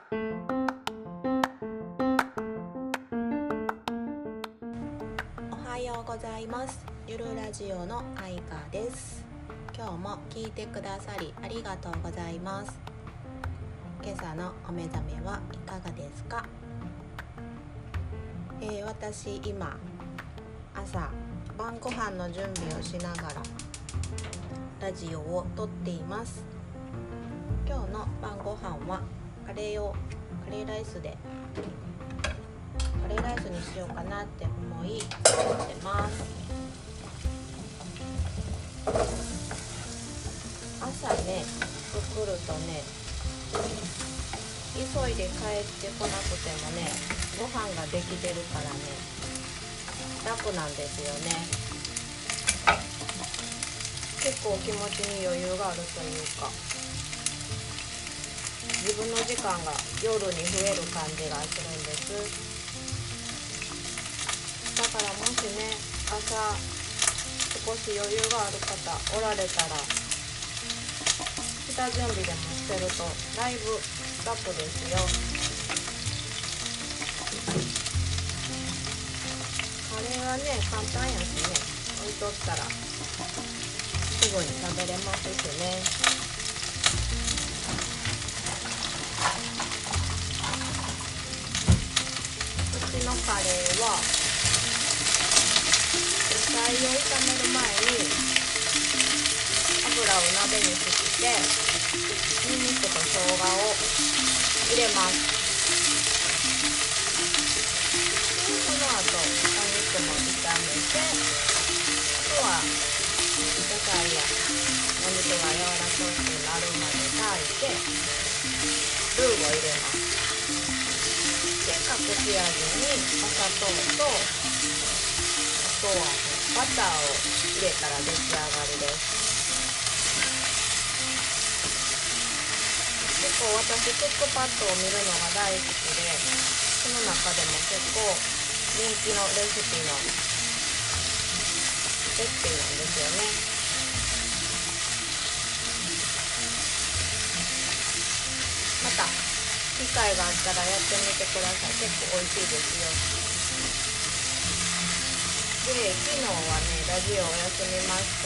おはようございます。ゆるラジオのあいかです。今日も聞いてくださりありがとうございます。今朝のお目覚めはいかがですか？私今朝晩ご飯の準備をしながらラジオを撮っています。今日の晩ご飯はカレーライスにしようかなって思い作ってます。朝ね作るとね、急いで帰ってこなくてもね、ご飯ができてるからね、楽なんですよね。結構気持ちに余裕があるというか、自分の時間が夜に増える感じがするんです。だからもしね、朝少し余裕がある方おられたら、下準備でもしてるとだいぶ楽ですよ。カレーはね、簡単やしね、置いとったらすぐに食べれますしね。うちのカレーは野菜を炒める前に油を鍋にしてニンニクと生姜を入れます。その後お肉も炒めて、あとは野菜やお肉が柔らかくなるまで炊いてルーを入れます。で、隠し味にお砂糖と、あとはバターを入れたら出来上がりです。結構私クックパッドを見るのが大好きで、その中でも結構人気のレシピなんですよね。また機会があったらやってみてください。結構美味しいですよ。で、昨日はね、ラジオお休みました。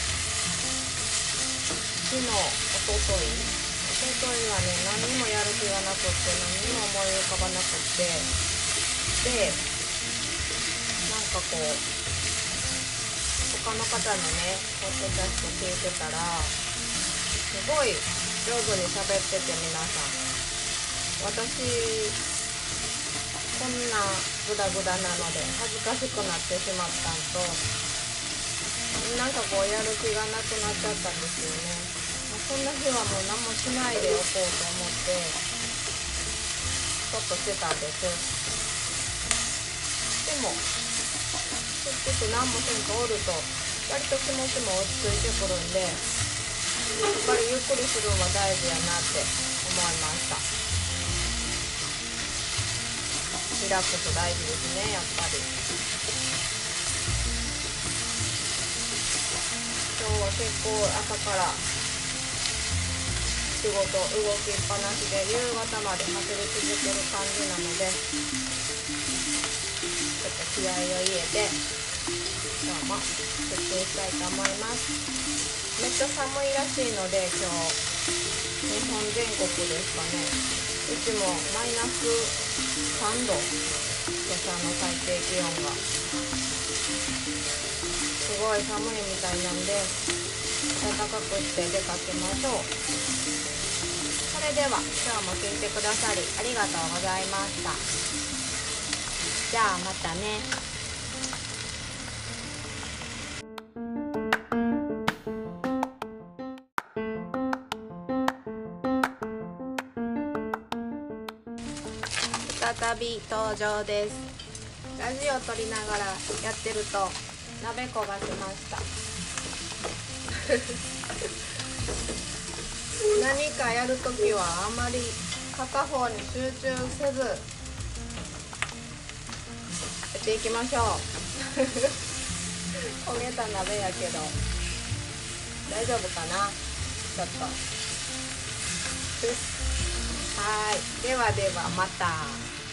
昨日、おとといはね、何にもやる気がなくって、何にも思い浮かばなくって、で、なんかこう、他の方のね、ポッドキャスト聞いてたら、すごい上手に喋ってて、皆さん。私、こんなグダグダなので恥ずかしくなってしまったんと、なんかこうやる気がなくなっちゃったんですよね。そんな日はもう何もしないでおこうと思ってちょっとしてたんです。でも結局何もせんとおると割と気持ちも落ち着いてくるんで、やっぱりゆっくりするのは大事やなって思いました。リラックス大事ですね、やっぱり。今日は結構朝から仕事動きっぱなしで夕方まで走り続ける感じなので、ちょっと気合を入れて今日も出勤したいと思います。めっちゃ寒いらしいので、今日日本全国ですかね、うちもマイナス3度、今朝の最低気温がすごい寒いみたいなんで、暖かくして出かけましょう。それでは今日も聞いてくださりありがとうございました。じゃあまたね。再び登場です。ラジオ撮りながらやってると鍋焦がしました。何かやるときはあまり片方に集中せずやっていきましょう。焦げた鍋やけど大丈夫かな、ちょっとははい、ではではまた。